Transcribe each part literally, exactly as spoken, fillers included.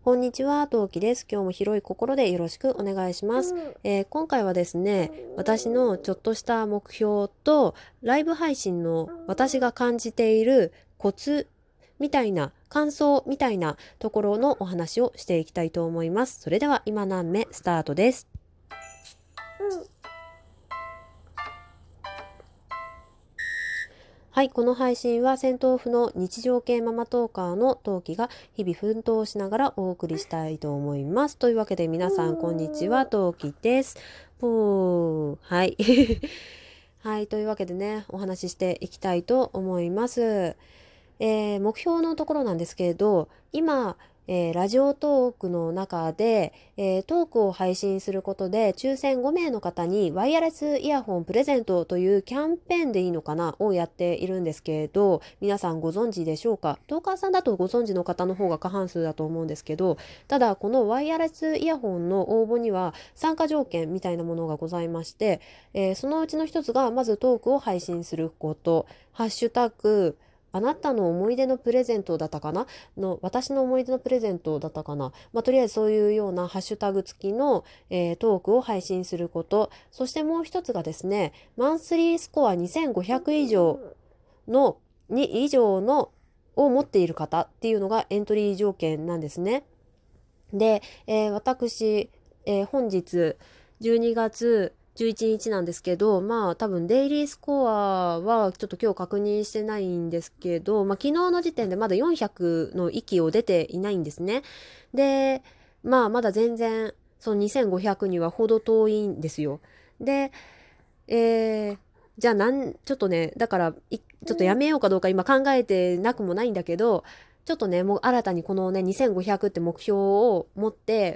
こんにちは、トウキです。今日も広い心でよろしくお願いします。えー今回はですね、私のちょっとした目標と、ライブ配信の私が感じているコツみたいな、感想みたいなところのお話をしていきたいと思います。それでは今何目スタートです。はい、この配信は戦闘婦の日常系ママトーカーのトウキが日々奮闘しながらお送りしたいと思います。というわけで皆さんこんにちは、トウキです。ぽー、はい。はい、というわけでね、お話ししていきたいと思います。えー目標のところなんですけれど、今、えーラジオトークの中で、えートークを配信することで抽選ご名の方にワイヤレスイヤホンプレゼントというキャンペーンでいいのかなをやっているんですけれど、皆さんご存知でしょうか？トーカーさんだとご存知の方の方が過半数だと思うんですけど、ただこのワイヤレスイヤホンの応募には参加条件みたいなものがございまして、えーそのうちの一つがまずトークを配信すること、ハッシュタグあなたの思い出のプレゼントだったかなの、私の思い出のプレゼントだったかな、まあ、とりあえずそういうようなハッシュタグ付きの、えートークを配信すること。そしてもう一つがですね、マンスリースコアにせんごひゃく以上の、に以上のを持っている方っていうのがエントリー条件なんですね。で、えー私、えー本日じゅうにがつじゅういちにちなんですけど、まあ多分デイリースコアはちょっと今日確認してないんですけど、まあ昨日の時点でまだよんひゃくの域を出ていないんですね。で、まあまだ全然そのにせんごひゃくにはほど遠いんですよ。で、えーじゃあなん、ちょっとね、だから、いちょっとやめようかどうか今考えてなくもないんだけど、ちょっとね、もう新たにこのね、にせんごひゃくって目標を持って、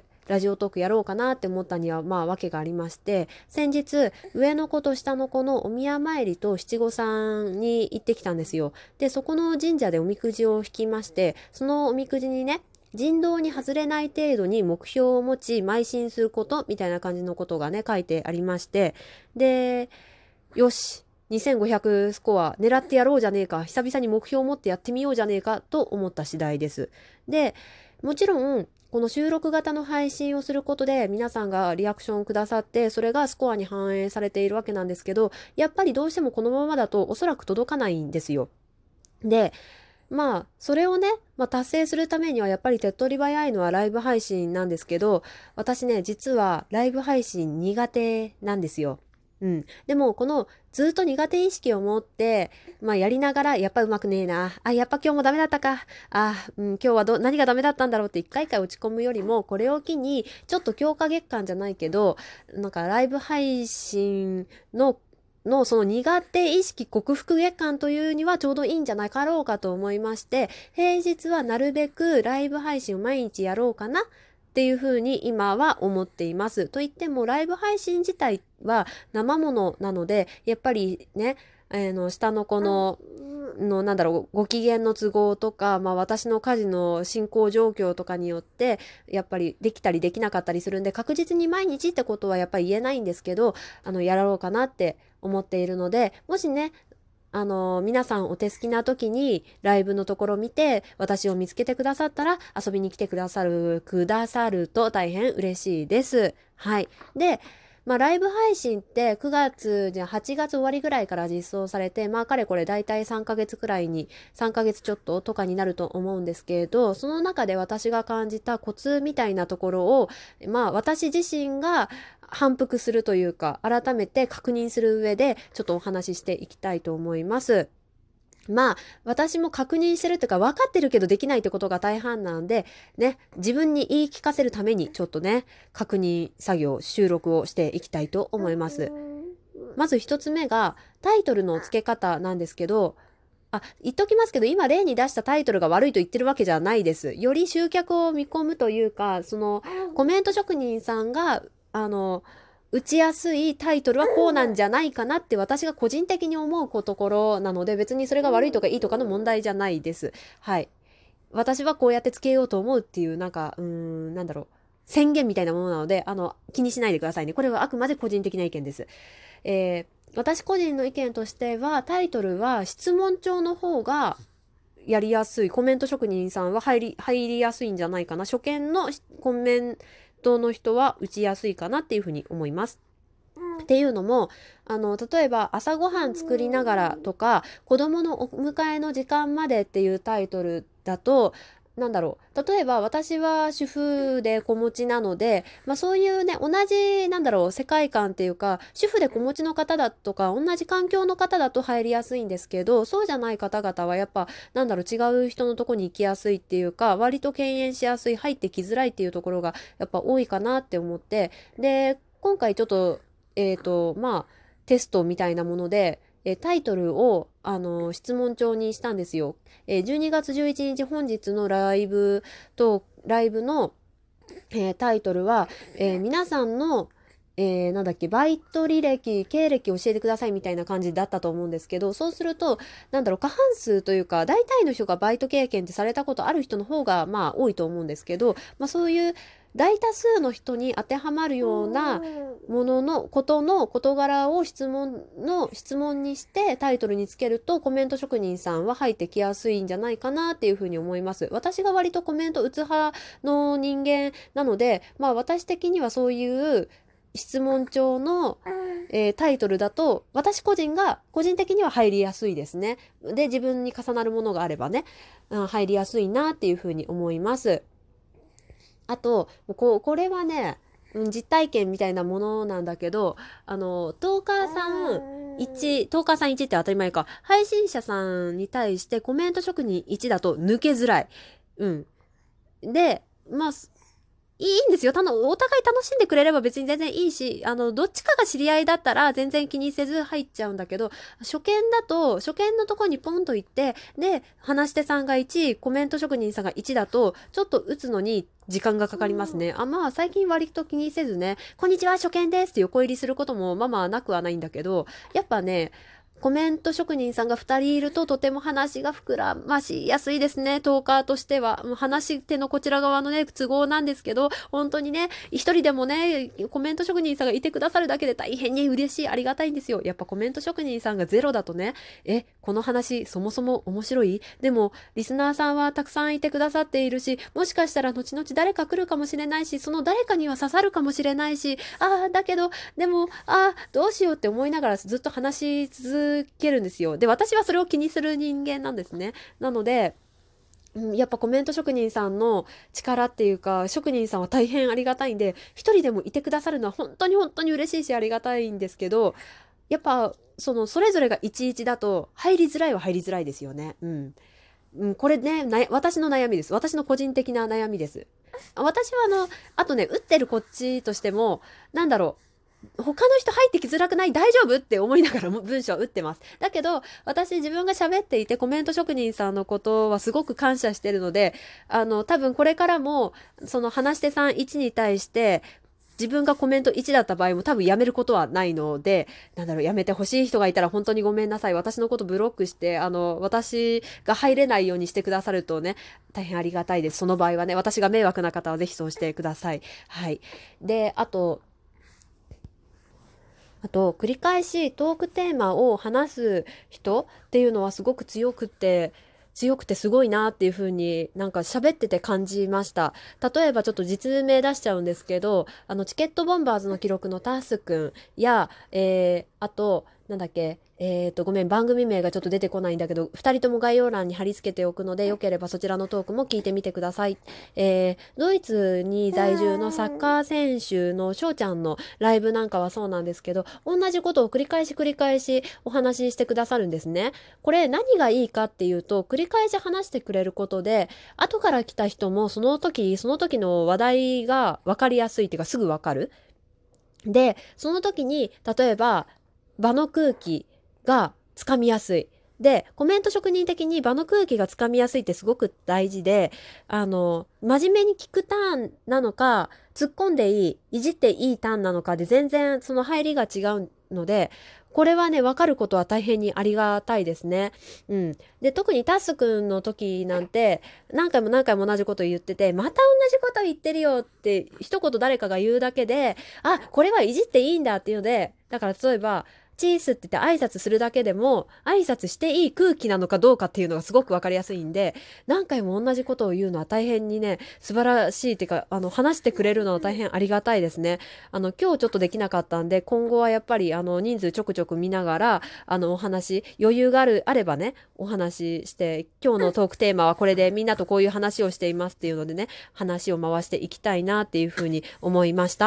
ラジオトークやろうかなって思ったには、まあ、訳がありまして、先日、上の子と下の子のお宮参りと七五三に行ってきたんですよ。で、そこの神社でおみくじを引きまして、そのおみくじにね、人道に外れない程度に目標を持ち、邁進することみたいな感じのことがね、書いてありまして、で、よし、にせんごひゃくスコア狙ってやろうじゃねえか、久々に目標を持ってやってみようじゃねえかと思った次第です。で、もちろん、この収録型の配信をすることで皆さんがリアクションをくださって、それがスコアに反映されているわけなんですけど、やっぱりどうしてもこのままだとおそらく届かないんですよ。で、まあ、それをね、まあ、達成するためにはやっぱり手っ取り早いのはライブ配信なんですけど、私ね、実はライブ配信苦手なんですよ。うん。でも、このずっと苦手意識を持って、まあ、やりながら、やっぱうまくねえな。あ、やっぱ今日もダメだったか。あ、うん、今日はど、何がダメだったんだろうって一回一回落ち込むよりも、これを機に、ちょっと強化月間じゃないけど、なんかライブ配信ののその苦手意識克服月間というにはちょうどいいんじゃなかろうかと思いまして、平日はなるべくライブ配信を毎日やろうかなっていうふうに今は思っています。と言ってもライブ配信自体は生ものなので、やっぱりね、あの下の子ののなんだろうご機嫌の都合とか、まあ、私の家事の進行状況とかによってやっぱりできたりできなかったりするんで、確実に毎日ってことはやっぱり言えないんですけど、あのやろうかなって思っているので、もしね、あの皆さんお手すきな時にライブのところを見て私を見つけてくださったら遊びに来てくださるくださると大変嬉しいです。はい。で、まあ、ライブ配信ってくがつじゃはちがつ終わりぐらいから実装されて、まあかれこれ大体さんかげつくらいにさんかげつちょっととかになると思うんですけれど、その中で私が感じたコツみたいなところを、まあ私自身が反復するというか改めて確認する上でちょっとお話ししていきたいと思います。まあ、私も確認してるというか、分かってるけどできないってことが大半なんで、ね、自分に言い聞かせるために、ちょっとね、確認作業、収録をしていきたいと思います。まず一つ目が、タイトルの付け方なんですけど、あ、言っときますけど、今例に出したタイトルが悪いと言ってるわけじゃないです。より集客を見込むというか、その、コメント職人さんが、あの、打ちやすいタイトルはこうなんじゃないかなって私が個人的に思うところなので、別にそれが悪いとかいいとかの問題じゃないです。はい。私はこうやってつけようと思うっていう、なんか、うーん、なんだろう。宣言みたいなものなので、あの、気にしないでくださいね。これはあくまで個人的な意見です。えー私個人の意見としては、タイトルは質問調の方がやりやすい、コメント職人さんは入り、入りやすいんじゃないかな。初見のコメントの人は打ちやすいかなっていうふうに思います。っていうのも、あの、例えば朝ごはん作りながらとか、子供のお迎えの時間までっていうタイトルだと、なんだろう。例えば私は主婦で子持ちなので、まあそういうね、同じ、なんだろう、世界観っていうか、主婦で子持ちの方だとか、同じ環境の方だと入りやすいんですけど、そうじゃない方々はやっぱ、なんだろう、違う人のとこに行きやすいっていうか、割と敬遠しやすい、入ってきづらいっていうところがやっぱ多いかなって思って、で、今回ちょっと、えっと、まあ、テストみたいなもので、えタイトルを、あの、質問帳にしたんですよ。えーじゅうにがつじゅういちにち本日のライブと、ライブの、えータイトルは、えー皆さんの、えーなんだっけ、バイト履歴、経歴教えてくださいみたいな感じだったと思うんですけど、そうすると、なんだろう、過半数というか、大体の人がバイト経験ってされたことある人の方が、まあ、多いと思うんですけど、まあ、そういう大多数の人に当てはまるようなものの、ことの事柄を質問の、質問にしてタイトルにつけると、コメント職人さんは入ってきやすいんじゃないかなっていうふうに思います。私が割とコメント打つ派の人間なので、まあ私的にはそういう質問帳の、えータイトルだと、私個人が、個人的には入りやすいですね。で、自分に重なるものがあればね、うん、入りやすいなっていうふうに思います。あと、こう、これはね、うん実体験みたいなものなんだけど、あの、トーカーさんいち、トーカーさんいちって当たり前か、配信者さんに対してコメント職人いちだと抜けづらい。うん。で、まあ、いいんですよ。たの、お互い楽しんでくれれば別に全然いいし、あの、どっちかが知り合いだったら全然気にせず入っちゃうんだけど、初見だと、初見のとこにポンと行って、で、話し手さんがいち、コメント職人さんがいちだと、ちょっと打つのに時間がかかりますね。あ、まあ、最近割と気にせずね、こんにちは、初見ですって横入りすることもまあまあなくはないんだけど、やっぱね、コメント職人さんがふたりいるととても話が膨らましやすいですね。トーカーとしては。もう話し手のこちら側のね、都合なんですけど、本当にね、一人でもね、コメント職人さんがいてくださるだけで大変に嬉しい、ありがたいんですよ。やっぱコメント職人さんがゼロだとね、え、この話そもそも面白い？でも、リスナーさんはたくさんいてくださっているし、もしかしたら後々誰か来るかもしれないし、その誰かには刺さるかもしれないし、ああ、だけど、でも、ああ、どうしようって思いながらずっと話し続けるんですよ。で、私はそれを気にする人間なんですね。なので、うんやっぱコメント職人さんの力っていうか、職人さんは大変ありがたいんで、一人でもいてくださるのは本当に本当に嬉しいしありがたいんですけど、やっぱ、その、それぞれがいちいちだと、入りづらいは入りづらいですよね。うん。うん、これね、な私の悩みです。私の個人的な悩みです。あ私はあの、あとね、打ってるこっちとしても、なんだろう、他の人入ってきづらくない？大丈夫？って思いながらも文章を打ってます。だけど、私自分が喋っていてコメント職人さんのことはすごく感謝してるので、あの、多分これからも、その話し手さんいちに対して、自分がコメントいちだった場合も多分やめることはないので、なんだろう、やめてほしい人がいたら本当にごめんなさい。私のことブロックして、あの、私が入れないようにしてくださるとね、大変ありがたいです。その場合はね、私が迷惑な方はぜひそうしてください。はい。で、あと、あと、繰り返しトークテーマを話す人っていうのはすごく強くって、強くてすごいなっていう風になんか喋ってて感じました。例えばちょっと実名出しちゃうんですけど、あのチケットボンバーズの記録のタスくんや、えー、あと、なんだっけ、えーと、ごめん、番組名がちょっと出てこないんだけど、ふたりとも概要欄に貼り付けておくので、よければそちらのトークも聞いてみてください。えー、ドイツに在住のサッカー選手の翔ちゃんのライブなんかはそうなんですけど、同じことを繰り返し繰り返しお話ししてくださるんですね。これ何がいいかっていうと、繰り返し話してくれることで、後から来た人もその時、その時の話題が分かりやすいっていうかすぐ分かる。で、その時に、例えば、場の空気がつかみやすい。で、コメント職人的に場の空気がつかみやすいってすごく大事で、あの、真面目に聞くターンなのか、突っ込んでいい、いじっていいターンなのかで全然その入りが違うので、これはね、わかることは大変にありがたいですね。うん。で、特にタスくんの時なんて、何回も何回も同じこと言ってて、また同じこと言ってるよって一言誰かが言うだけで、あ、これはいじっていいんだっていうので、だから例えば、 チースって言って挨拶するだけでも挨拶していい空気なのかどうかっていうのがすごく分かりやすいんで、何回も同じことを言うのは大変にね素晴らしいっていうか、あの話してくれるのは大変ありがたいですね。あの今日ちょっとできなかったんで、今後はやっぱりあの人数ちょくちょく見ながら、あのお話余裕があるあればねお話しして、今日のトークテーマはこれでみんなとこういう話をしていますっていうのでね、話を回していきたいなっていうふうに思いました。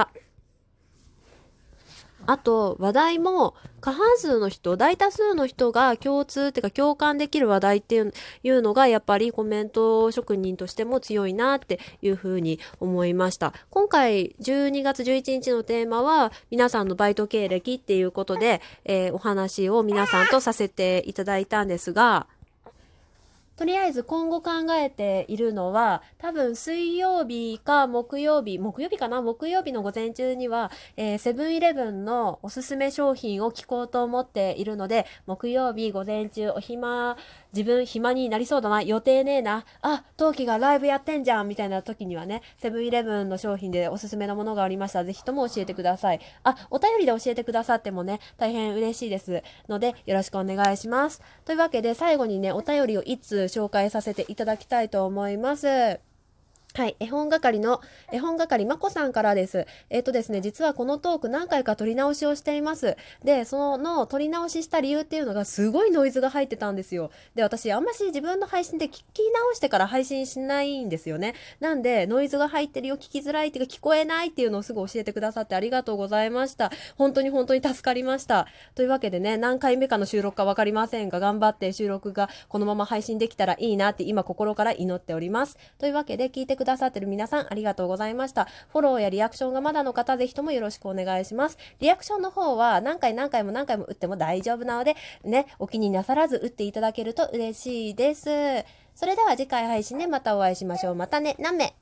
あと話題も過半数の人、大多数の人が共通っていうか共感できる話題っていういうのがやっぱりコメント職人としても強いなっていうふうに思いました。今回じゅうにがつじゅういちにちのテーマは皆さんのバイト経歴っていうことで、えーお話を皆さんとさせていただいたんですが、とりあえず今後考えているのは、多分水曜日か木曜日、木曜日かな木曜日の午前中には、えーセブンイレブンのおすすめ商品を聞こうと思っているので、木曜日午前中お暇、自分暇になりそうだな、予定ねえな、あ、陶器がライブやってんじゃんみたいな時にはね、セブンイレブンの商品でおすすめのものがありましたら、ぜひとも教えてください。あ、お便りで教えてくださってもね、大変嬉しいですので、よろしくお願いします。というわけで、最後にね、お便りをいつ紹介させていただきたいと思います。はい、絵本係の、絵本係まこさんからです。えっとですね、実はこのトーク何回か撮り直しをしています。で、その撮り直しした理由っていうのがすごいノイズが入ってたんですよ。で、私あんまし自分の配信で聞き直してから配信しないんですよね。なんで、ノイズが入ってるよ、聞きづらいっていうか聞こえないっていうのをすぐ教えてくださってありがとうございました。本当に本当に助かりました。というわけでね、何回目かの収録かわかりませんが、頑張って収録がこのまま配信できたらいいなって今心から祈っております。というわけで、聞いてくださってる皆さんありがとうございました。フォローやリアクションがまだの方、ぜひともよろしくお願いします。リアクションの方は何回何回も何回も打っても大丈夫なので、ね、お気になさらず打っていただけると嬉しいです。それでは次回配信でまたお会いしましょう。またね、何名